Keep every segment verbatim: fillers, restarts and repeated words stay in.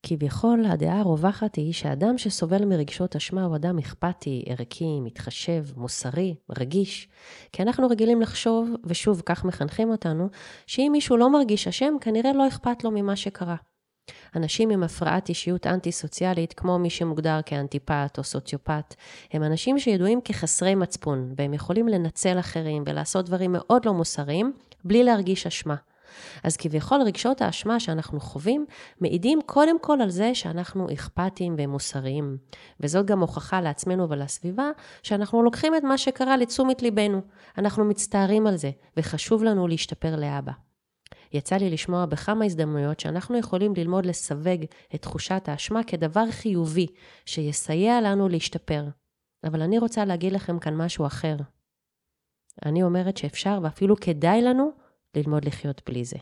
כביכול, הדעה הרווחת היא שאדם שסובל מרגשות אשמה הוא אדם אכפתי, ערכי, מתחשב, מוסרי, רגיש. כי אנחנו רגילים לחשוב, ושוב כך מחנכים אותנו, שאם מישהו לא מרגיש אשם, כנראה לא אכפת לו ממה שקרה. אנשים עם הפרעת אישיות אנטי-סוציאלית, כמו מי שמוגדר כאנטיפט או סוציופט, הם אנשים שידועים כחסרי מצפון, והם יכולים לנצל אחרים ולעשות דברים מאוד לא מוסריים, בלי להרגיש אשמה. אז כביכול רגשות האשמה שאנחנו חווים, מעידים קודם כל על זה שאנחנו אכפתיים ומוסריים. וזאת גם הוכחה לעצמנו ולסביבה, שאנחנו לוקחים את מה שקרה לתשומת ליבנו. אנחנו מצטערים על זה, וחשוב לנו להשתפר לאבא. יצא לי לשמוע בכמה הזדמנויות שאנחנו יכולים ללמוד לסווג את תחושת האשמה כדבר חיובי, שיסייע לנו להשתפר. אבל אני רוצה להגיד לכם כאן משהו אחר. אני אומרת שאפשר ואפילו כדאי לנו ללמוד לחיות בלי זה.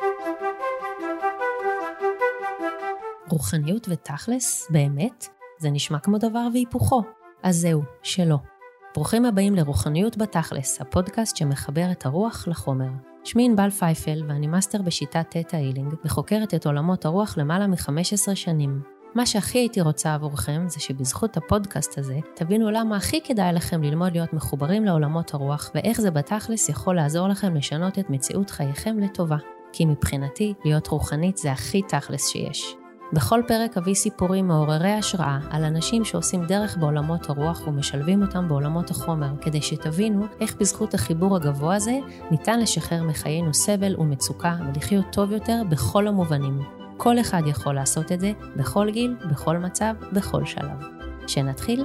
רוחניות ותכלס, באמת, זה נשמע כמו דבר והיפוכו. אז זהו, שלא. ברוכים הבאים לרוחניות בתכלס, הפודקאסט שמחבר את הרוח לחומר. שמי ענבל פייפל ואני מאסטר בשיטת תטא הילינג וחוקרת את עולמות הרוח למעלה מ-חמש עשרה שנים. מה שהכי הייתי רוצה עבורכם זה שבזכות הפודקאסט הזה תבינו למה הכי כדאי לכם ללמוד להיות מחוברים לעולמות הרוח ואיך זה בתכלס יכול לעזור לכם לשנות את מציאות חייכם לטובה. כי מבחינתי להיות רוחנית זה הכי תכלס שיש. בכל פרק אביא סיפורים מעוררי השראה על אנשים שעושים דרך בעולמות הרוח ומשלבים אותם בעולמות החומר, כדי שתבינו איך בזכות החיבור הגבוה הזה ניתן לשחרר מחיינו סבל ומצוקה ולחיות טוב יותר בכל המובנים. כל אחד יכול לעשות את זה בכל גיל, בכל מצב, בכל שלב. שנתחיל?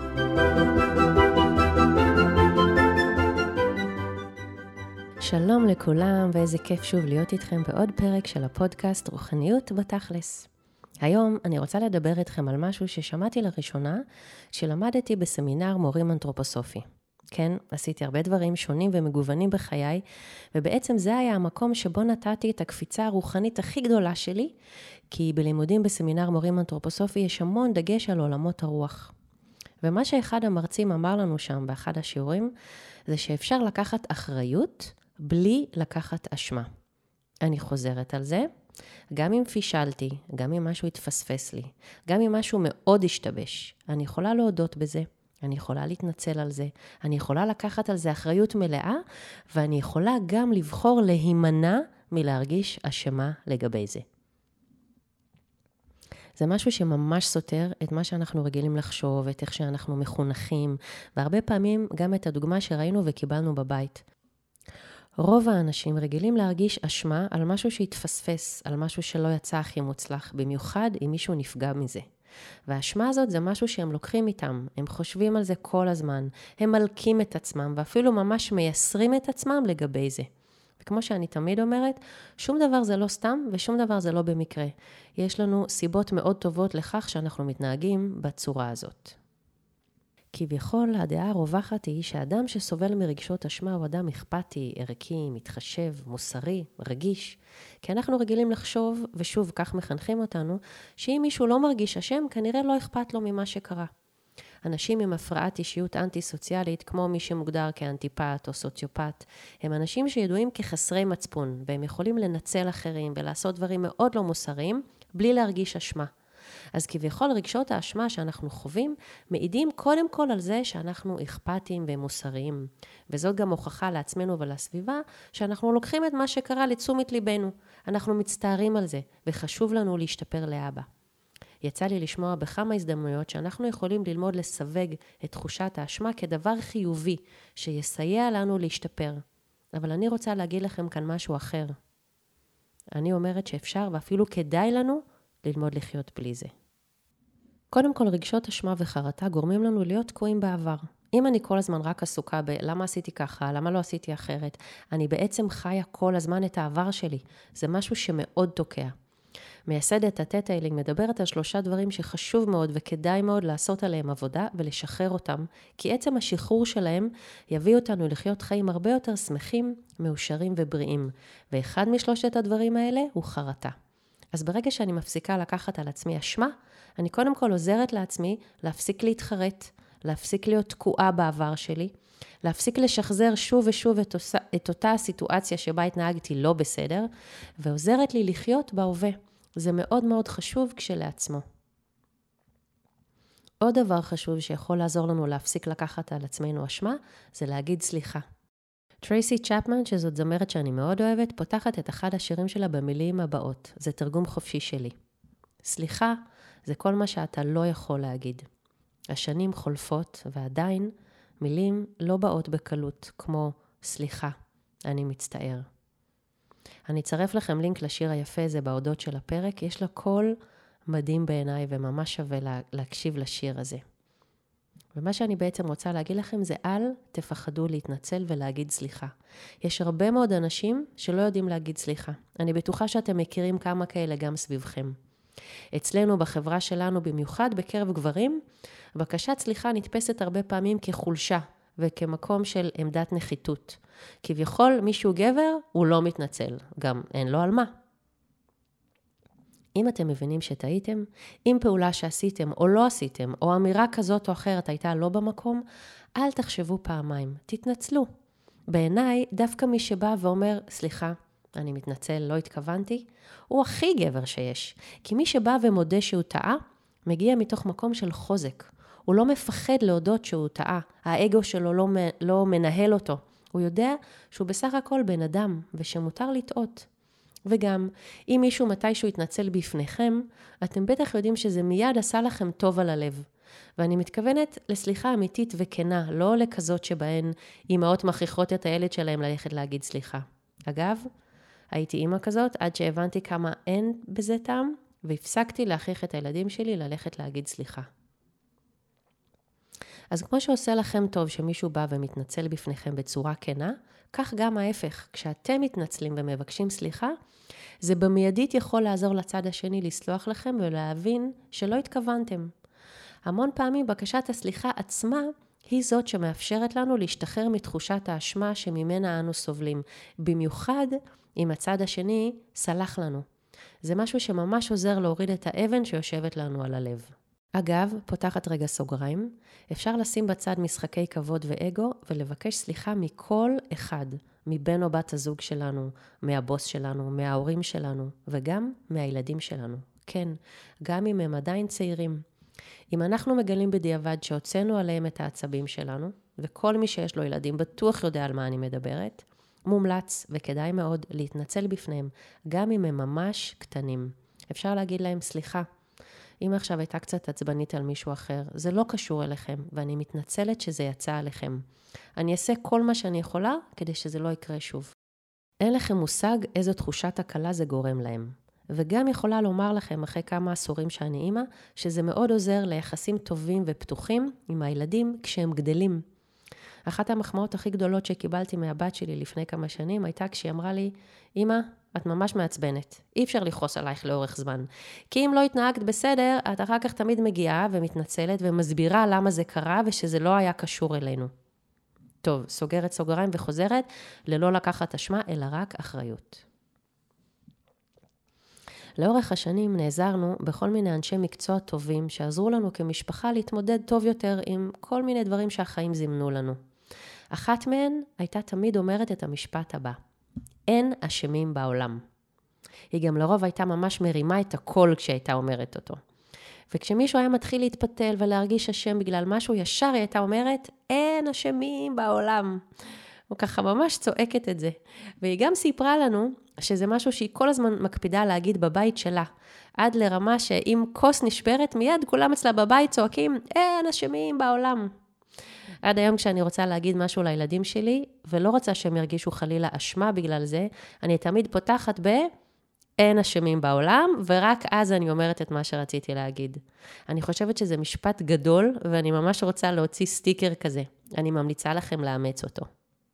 שלום לכולם ואיזה כיף שוב להיות איתכם בעוד פרק של הפודקאסט רוחניות בתכלס. היום אני רוצה לדבר איתכם על משהו ששמעתי לראשונה שלמדתי בסמינר מורים אנתרופוסופי. כן, עשיתי הרבה דברים שונים ומגוונים בחיי, ובעצם זה היה המקום שבו נתתי את הקפיצה הרוחנית הכי גדולה שלי, כי בלימודים בסמינר מורים אנתרופוסופי יש המון דגש על עולמות הרוח. ומה שאחד המרצים אמר לנו שם באחד השיעורים, זה שאפשר לקחת אחריות בלי לקחת אשמה. אני חוזרת על זה. גם אם פישלתי, גם אם משהו התפספס לי, גם אם משהו מאוד השתבש, אני יכולה להודות בזה, אני יכולה להתנצל על זה, אני יכולה לקחת על זה אחריות מלאה, ואני יכולה גם לבחור להימנע מלהרגיש אשמה לגבי זה. זה משהו שממש סותר את מה שאנחנו רגילים לחשוב, את איך שאנחנו מחונכים, והרבה פעמים גם את הדוגמה שראינו וקיבלנו בבית. רוב האנשים רגילים להרגיש אשמה על משהו שהתפספס, על משהו שלא יצא הכי מוצלח, במיוחד אם מישהו נפגע מזה. והאשמה הזאת זה משהו שהם לוקחים איתם, הם חושבים על זה כל הזמן, הם מלקים את עצמם ואפילו ממש מייסרים את עצמם לגבי זה. וכמו שאני תמיד אומרת, שום דבר זה לא סתם ושום דבר זה לא במקרה. יש לנו סיבות מאוד טובות לכך שאנחנו מתנהגים בצורה הזאת. כביכול, הדעה הרווחת היא שאדם שסובל מרגשות אשמה הוא אדם אכפתי, ערכי, מתחשב, מוסרי, רגיש. כי אנחנו רגילים לחשוב, ושוב כך מחנכים אותנו, שאם מישהו לא מרגיש אשם, כנראה לא אכפת לו ממה שקרה. אנשים עם הפרעת אישיות אנטי-סוציאלית, כמו מי שמוגדר כאנטיפט או סוציופט, הם אנשים שידועים כחסרי מצפון, והם יכולים לנצל אחרים ולעשות דברים מאוד לא מוסריים, בלי להרגיש אשמה. אז כביכול רגשות האשמה שאנחנו חווים, מעידים קודם כל על זה שאנחנו אכפתיים ומוסריים. וזאת גם הוכחה לעצמנו ולסביבה, שאנחנו לוקחים את מה שקרה לתשומת ליבנו. אנחנו מצטערים על זה, וחשוב לנו להשתפר לאבא. יצא לי לשמוע בכמה הזדמנויות שאנחנו יכולים ללמוד לסווג את תחושת האשמה כדבר חיובי, שיסייע לנו להשתפר. אבל אני רוצה להגיד לכם כאן משהו אחר. אני אומרת שאפשר ואפילו כדאי לנו ללמוד לחיות בלי זה. קודם כל, רגשות אשמה וחרטה גורמים לנו להיות תקועים בעבר. אם אני כל הזמן רק עסוקה בלמה עשיתי ככה, למה לא עשיתי אחרת, אני בעצם חיה כל הזמן את העבר שלי. זה משהו שמאוד תוקע. מייסדת התטא הילינג מדברת על שלושה דברים שחשוב מאוד וכדאי מאוד לעשות עליהם עבודה ולשחרר אותם, כי עצם השחרור שלהם יביא אותנו לחיות חיים הרבה יותר שמחים, מאושרים ובריאים. ואחד משלושת הדברים האלה הוא חרטה. אז ברגע שאני מפסיקה לקחת על עצמי אשמה, אני קודם כל עוזרת לעצמי להפסיק להתחרט, להפסיק להיות תקועה בעבר שלי, להפסיק לשחזר שוב ושוב את, את אותה הסיטואציה שבה התנהגתי לא בסדר, ועוזרת לי לחיות בהווה. זה מאוד מאוד חשוב כשלעצמו. עוד דבר חשוב שיכול לעזור לנו להפסיק לקחת על עצמנו אשמה, זה להגיד סליחה. טרייסי צ'פמן, שזאת זמרת שאני מאוד אוהבת, פותחת את אחד השירים שלה במילים הבאות. זה תרגום חופשי שלי. סליחה, זה כל מה שאתה לא יכול להגיד. השנים חולפות, ועדיין מילים לא באות בקלות, כמו סליחה, אני מצטער. אני אצרף לכם לינק לשיר היפה הזה בהודות של הפרק, יש לה קול מדהים בעיניי וממש שווה לה, להקשיב לשיר הזה. ומה שאני בעצם רוצה להגיד לכם זה אל תפחדו להתנצל ולהגיד סליחה. יש הרבה מאוד אנשים שלא יודעים להגיד סליחה. אני בטוחה שאתם מכירים כמה כאלה גם סביבכם. אצלנו בחברה שלנו במיוחד בקרב גברים, בקשת סליחה נתפסת הרבה פעמים כחולשה וכמקום של עמדת נחיתות. כביכול מישהו גבר הוא לא מתנצל, גם אין לו על מה. אם אתם מבינים שטעיתם, אם פעולה שעשיתם או לא עשיתם, או אמירה כזאת או אחרת הייתה לא במקום, אל תחשבו פעמיים, תתנצלו. בעיניי, דווקא מי שבא ואומר, סליחה, אני מתנצל, לא התכוונתי, הוא הכי גבר שיש. כי מי שבא ומודה שהוא טעה, מגיע מתוך מקום של חוזק. הוא לא מפחד להודות שהוא טעה, האגו שלו לא, לא מנהל אותו. הוא יודע שהוא בסך הכל בן אדם, ושמותר לטעות. וגם, אם מישהו מתישהו יתנצל בפניכם, אתם בטח יודעים שזה מיד עשה לכם טוב על הלב. ואני מתכוונת לסליחה אמיתית וכנה, לא לכזאת שבהן אמהות מכריחות את הילד שלהם ללכת להגיד סליחה. אגב, הייתי אמא כזאת עד שהבנתי כמה אין בזה טעם, והפסקתי להכריח את הילדים שלי ללכת להגיד סליחה. אז כמו שעושה לכם טוב שמישהו בא ומתנצל בפניכם בצורה כנה, כך גם ההפך. כשאתם מתנצלים ומבקשים סליחה, זה במיידית יכול לעזור לצד השני לסלוח לכם ולהבין שלא התכוונתם. המון פעמים בקשת הסליחה עצמה היא זאת שמאפשרת לנו להשתחרר מתחושת האשמה שממנה אנו סובלים, במיוחד אם הצד השני סלח לנו. זה משהו שממש עוזר להוריד את האבן שיושבת לנו על הלב. אגב, פותחת רגע סוגריים, אפשר לשים בצד משחקי כבוד ואגו ולבקש סליחה מכל אחד, מבן או בת הזוג שלנו, מהבוס שלנו, מההורים שלנו וגם מהילדים שלנו. כן, גם אם הם עדיין צעירים. אם אנחנו מגלים בדיעבד שהוצאנו עליהם את העצבים שלנו, וכל מי שיש לו ילדים בטוח יודע על מה אני מדברת, מומלץ וכדאי מאוד להתנצל בפניהם, גם אם הם ממש קטנים. אפשר להגיד להם סליחה. אם עכשיו הייתה קצת עצבנית על מישהו אחר, זה לא קשור אליכם, ואני מתנצלת שזה יצא עליכם. אני אעשה כל מה שאני יכולה כדי שזה לא יקרה שוב. אין לכם מושג איזו תחושת הקלה זה גורם להם. וגם יכולה לומר לכם אחרי כמה עשורים שאני אימא, שזה מאוד עוזר ליחסים טובים ופתוחים עם הילדים כשהם גדלים. אחת המחמאות הכי גדולות שקיבלתי מהבת שלי לפני כמה שנים הייתה כשהיא אמרה לי, אמא, את ממש מעצבנת. אי אפשר לכעוס עלייך לאורך זמן. כי אם לא התנהגת בסדר, את אחר כך תמיד מגיעה ומתנצלת ומסבירה למה זה קרה ושזה לא היה קשור אלינו. טוב, סוגרת סוגריים וחוזרת, ללא לקחת אשמה, אלא רק אחריות. לאורך השנים נעזרנו בכל מיני אנשי מקצוע טובים שעזרו לנו כמשפחה להתמודד טוב יותר עם כל מיני דברים שהחיים זימנו לנו. אחת מהן הייתה תמיד אומרת את המשפט הבא, אין אשמים בעולם. היא גם לרוב הייתה ממש מרימה את הקול כשהייתה אומרת אותו. וכשמישהו היה מתחיל להתפתל ולהרגיש אשם בגלל משהו, ישר היא הייתה אומרת, אין אשמים בעולם. הוא ככה ממש צועקת את זה. והיא גם סיפרה לנו שזה משהו שהיא כל הזמן מקפידה להגיד בבית שלה. עד לרמה שאם כוס נשברת מיד, כולם אצלה בבית צועקים, אין אשמים בעולם. עד היום כשאני רוצה להגיד משהו לילדים שלי, ולא רוצה שהם ירגישו חלילה אשמה בגלל זה, אני תמיד פותחת ב... אין אשמים בעולם, ורק אז אני אומרת את מה שרציתי להגיד. אני חושבת שזה משפט גדול, ואני ממש רוצה להוציא סטיקר כזה. אני ממליצה לכם לאמץ אותו.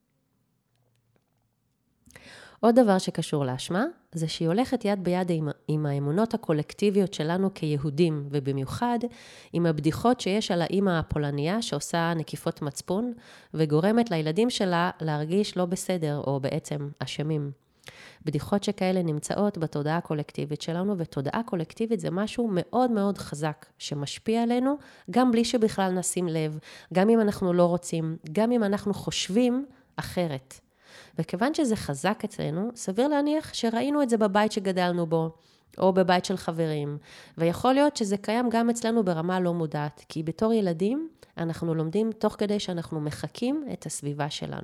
עוד דבר שקשור לאשמה, זה שהיא הולכת יד ביד עם, עם האמונות הקולקטיביות שלנו כיהודים, ובמיוחד עם הבדיחות שיש על האמא הפולניה שעושה נקיפות מצפון, וגורמת לילדים שלה להרגיש לא בסדר, או בעצם אשמים. בדיחות שכאלה נמצאות בתודעה הקולקטיבית שלנו, ותודעה קולקטיבית זה משהו מאוד מאוד חזק, שמשפיע עלינו, גם בלי שבכלל נשים לב, גם אם אנחנו לא רוצים, גם אם אנחנו חושבים אחרת. וכיוון שזה חזק אצלנו, סביר להניח שראינו את זה בבית שגדלנו בו, או בבית של חברים, ויכול להיות שזה קיים גם אצלנו ברמה לא מודעת, כי בתור ילדים אנחנו לומדים תוך כדי שאנחנו מחקים את הסביבה שלנו.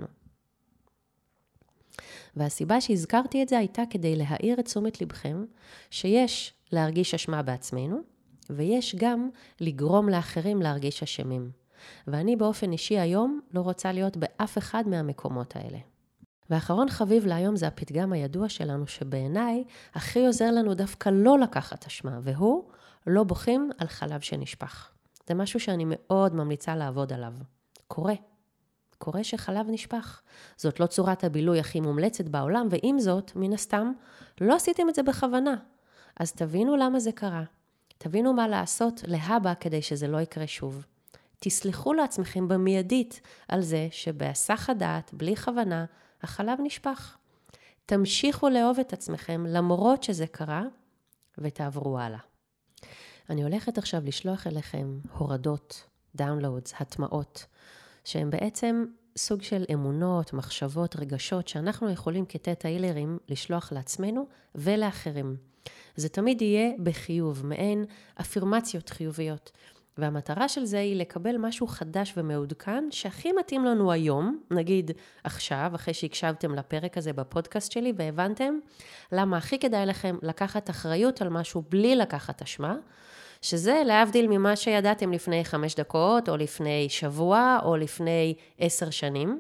והסיבה שהזכרתי את זה הייתה כדי להאיר את תשומת לבכם, שיש להרגיש אשמה בעצמנו, ויש גם לגרום לאחרים להרגיש אשמים. ואני באופן אישי היום לא רוצה להיות באף אחד מהמקומות האלה. ואחרון חביב להיום זה הפתגם הידוע שלנו, שבעיניי הכי עוזר לנו דווקא לא לקחת אשמה, והוא לא בוכים על חלב שנשפך. זה משהו שאני מאוד ממליצה לעבוד עליו. קורה. קורה שחלב נשפך. זאת לא צורת הבילוי הכי מומלצת בעולם, ועם זאת, מן הסתם, לא עשיתם את זה בכוונה. אז תבינו למה זה קרה. תבינו מה לעשות להבא כדי שזה לא יקרה שוב. תסלחו לעצמכם במיידית על זה שבהסח הדעת, בלי כוונה, החלב נשפך. תמשיכו לאהוב את עצמכם למרות שזה קרה, ותעברו הלאה. אני הולכת עכשיו לשלוח אליכם הורדות, דאונלודס, הטמעות, שהם בעצם סוג של אמונות, מחשבות, רגשות, שאנחנו יכולים כתטא הילרים לשלוח לעצמנו ולאחרים. זה תמיד יהיה בחיוב, מעין אפירמציות חיוביות. והמטרה של זה היא לקבל משהו חדש ומעודכן, שהכי מתאים לנו היום, נגיד עכשיו, אחרי שהקשבתם לפרק הזה בפודקאסט שלי, והבנתם למה הכי כדאי לכם לקחת אחריות על משהו בלי לקחת אשמה, שזה להבדיל ממה שידעתם לפני חמש דקות, או לפני שבוע, או לפני עשר שנים.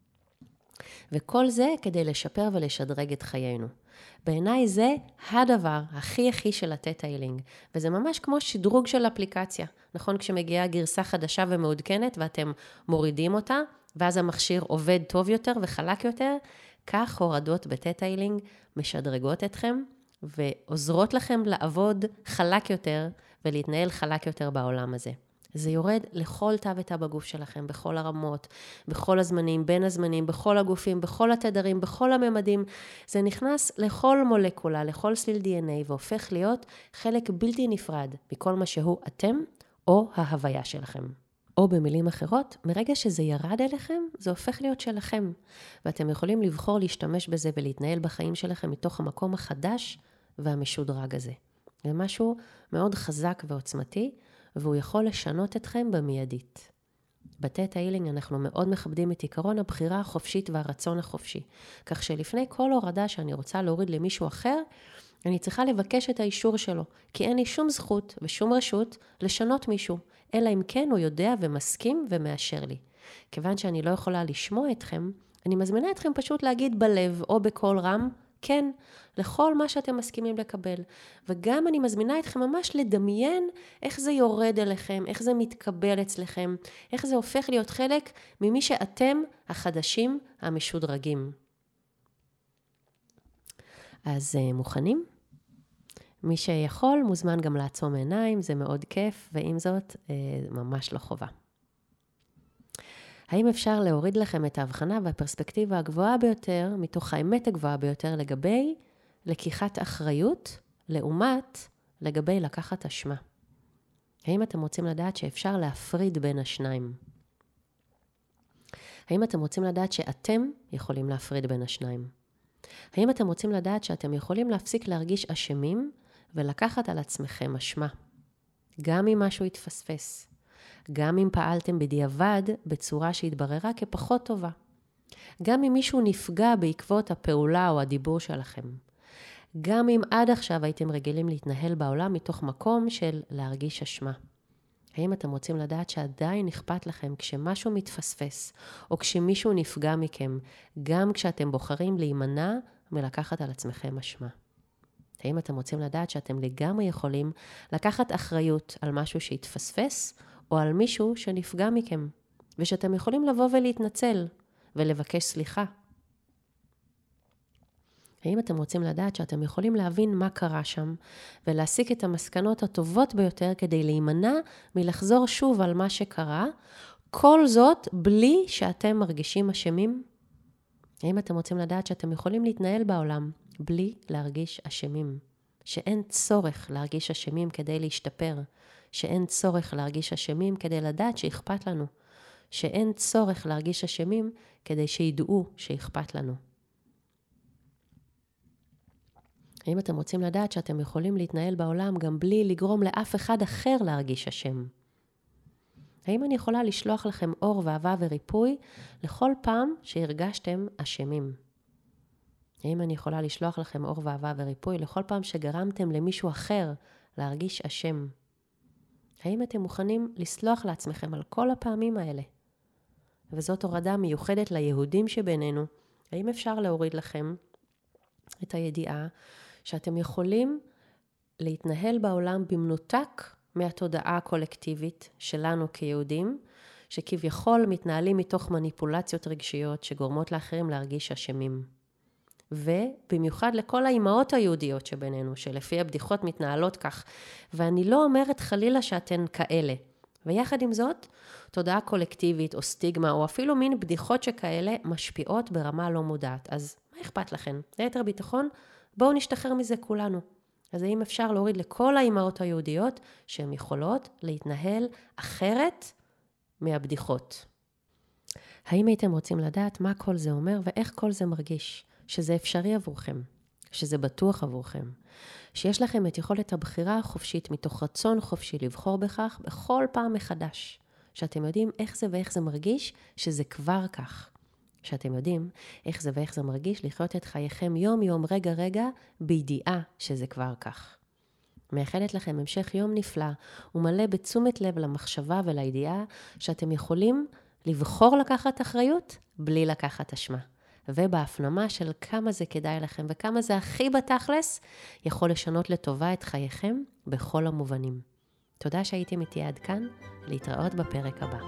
וכל זה כדי לשפר ולשדרג את חיינו. בעיניי זה הדבר הכי הכי של התטא הילינג, וזה ממש כמו שדרוג של אפליקציה. נכון, כשמגיעה גרסה חדשה ומעודכנת ואתם מורידים אותה, ואז המכשיר עובד טוב יותר וחלק יותר, כך הורדות בתטא הילינג משדרגות אתכם, ועוזרות לכם לעבוד חלק יותר ולהתנהל חלק יותר בעולם הזה. זה יורד לכל תא ותא בגוף שלכם, בכל הרמות, בכל הזמנים, בין הזמנים, בכל הגופים, בכל התדרים, בכל הממדים. זה נכנס לכל מולקולה, לכל סליל די אן איי, והופך להיות חלק בלתי נפרד מכל מה שהוא אתם או ההוויה שלכם. או במילים אחרות, מרגע שזה ירד אליכם, זה הופך להיות שלכם. ואתם יכולים לבחור להשתמש בזה ולהתנהל בחיים שלכם מתוך המקום החדש והמשודרג הזה. זה משהו מאוד חזק ועוצמתי, והוא יכול לשנות אתכם במיידית. בתטא הילינג אנחנו מאוד מכבדים את עיקרון הבחירה החופשית והרצון החופשי. כך שלפני כל הורדה שאני רוצה להוריד למישהו אחר, אני צריכה לבקש את האישור שלו, כי אין לי שום זכות ושום רשות לשנות מישהו, אלא אם כן הוא יודע ומסכים ומאשר לי. כיוון שאני לא יכולה לשמוע אתכם, אני מזמינה אתכם פשוט להגיד בלב או בקול רם, כן, לכל מה שאתם מסכימים לקבל. וגם אני מזמינה אתכם ממש לדמיין איך זה יורד אליכם, איך זה מתקבל אצלכם, איך זה הופך להיות חלק ממי שאתם החדשים המשודרגים. אז מוכנים? מי שיכול מוזמן גם לעצום עיניים, זה מאוד כיף, ועם זאת ממש לא חובה. האם אפשר להוריד לכם את ההבחנה והפרספקטיבה הגבוהה ביותר, מתוך האמת הגבוהה ביותר לגבי לקיחת אחריות, לעומת לגבי לקחת אשמה? האם אתם רוצים לדעת שאפשר להפריד בין השניים? האם אתם רוצים לדעת שאתם יכולים להפריד בין השניים? האם אתם רוצים לדעת שאתם יכולים להפסיק להרגיש אשמים ולקחת על עצמכם אשמה? גם אם משהו יתפספס. גם אם פעלתם בדיעבד בצורה שהתבררה כפחות טובה. גם אם מישהו נפגע בעקבות הפעולה או הדיבור שלכם. גם אם עד עכשיו הייתם רגילים להתנהל בעולם מתוך מקום של להרגיש אשמה. האם אתם רוצים לדעת שעדיין אכפת לכם כשמשהו מתפספס, או כשמישהו נפגע מכם, גם כשאתם בוחרים להימנע מלקחת על עצמכם אשמה? האם אתם רוצים לדעת שאתם לגמרי יכולים לקחת אחריות על משהו שהתפספס, או על מישהו שנפגע מכם, ושאתם יכולים לבוא ולהתנצל ולבקש סליחה? האם אתם רוצים לדעת שאתם יכולים להבין מה קרה שם, ולהסיק את המסקנות הטובות ביותר כדי להימנע מלחזור שוב על מה שקרה, כל זאת בלי שאתם מרגישים אשמים? האם אתם רוצים לדעת שאתם יכולים להתנהל בעולם בלי להרגיש אשמים? שאין צורך להרגיש אשמים כדי להשתפר, שאין צורך להרגיש אשמים כדי לדעת שאכפת לנו, שאין צורך להרגיש אשמים כדי שידעו שאכפת לנו. האם אתם רוצים לדעת שאתם יכולים להתנהל בעולם גם בלי לגרום לאף אחד אחר להרגיש אשם? האם אני יכולה לשלוח לכם אור ואהבה וריפוי לכל פעם שהרגשתם אשמים? האם אני יכולה לשלוח לכם אור ואהבה וריפוי לכל פעם שגרמתם למישהו אחר להרגיש אשם? האם אתם מוכנים לסלוח לעצמכם על כל הפעמים האלה? וזאת הורדה מיוחדת ליהודים שבינינו. האם אפשר להוריד לכם את הידיעה שאתם יכולים להתנהל בעולם במנותק מהתודעה הקולקטיבית שלנו כיהודים, שכביכול מתנהלים מתוך מניפולציות רגשיות שגורמות לאחרים להרגיש אשמים. ובמיוחד לכל האימהות היהודיות שבינינו, שלפי הבדיחות מתנהלות כך, ואני לא אומרת חלילה שאתן כאלה. ויחד עם זאת, תודעה קולקטיבית או סטיגמה, או אפילו מין בדיחות שכאלה, משפיעות ברמה לא מודעת. אז מה אכפת לכם? ליתר ביטחון, בואו נשתחרר מזה כולנו. אז האם אפשר להוריד לכל האימהות היהודיות שהן יכולות להתנהל אחרת מהבדיחות? האם הייתם רוצים לדעת מה כל זה אומר ואיך כל זה מרגיש? שזה אפשרי עבורכם, שזה בטוח עבורכם, שיש לכם את יכולת הבחירה החופשית מתוך רצון חופשי לבחור בכך בכל פעם מחדש, שאתם יודעים איך זה ואיך זה מרגיש, שזה כבר כך. שאתם יודעים איך זה ואיך זה מרגיש לחיות את חייכם יום יום רגע רגע בידיעה שזה כבר כך. מאחלת לכם המשך יום נפלא ומלא בתשומת לב למחשבה ולידיעה שאתם יכולים לבחור לקחת אחריות בלי לקחת אשמה. ובהפנמה של כמה זה כדאי לכם וכמה זה הכי בתכלס יכול לשנות לטובה את חייכם בכל המובנים. תודה שהייתם איתי עד כאן, להתראות בפרק הבא.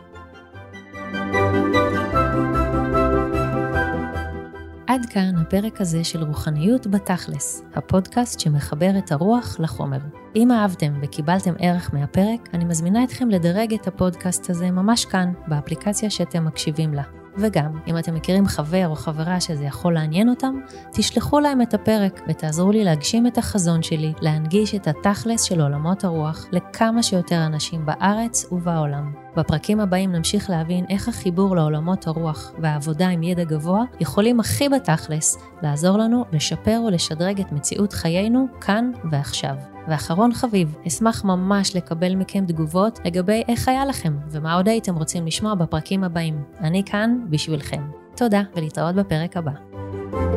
עד כאן הפרק הזה של רוחניות בתכלס, הפודקאסט שמחבר את הרוח לחומר. אם אהבתם וקיבלתם ערך מהפרק, אני מזמינה אתכם לדרג את הפודקאסט הזה ממש כאן, באפליקציה שאתם מקשיבים לה. וגם, אם אתם מכירים חבר או חברה שזה יכול לעניין אותם, תשלחו להם את הפרק ותעזרו לי להגשים את החזון שלי, להנגיש את התכלס של עולמות הרוח לכמה שיותר אנשים בארץ ובעולם. בפרקים הבאים נמשיך להבין איך החיבור לעולמות הרוח והעבודה עם ידע גבוה יכולים הכי בתכלס לעזור לנו לשפר ולשדרג את מציאות חיינו כאן ועכשיו. ואחרון חביב, אשמח ממש לקבל מכם תגובות לגבי איך היה לכם ומה עוד הייתם רוצים לשמוע בפרקים הבאים. אני כאן בשבילכם. תודה ולהתראות בפרק הבא.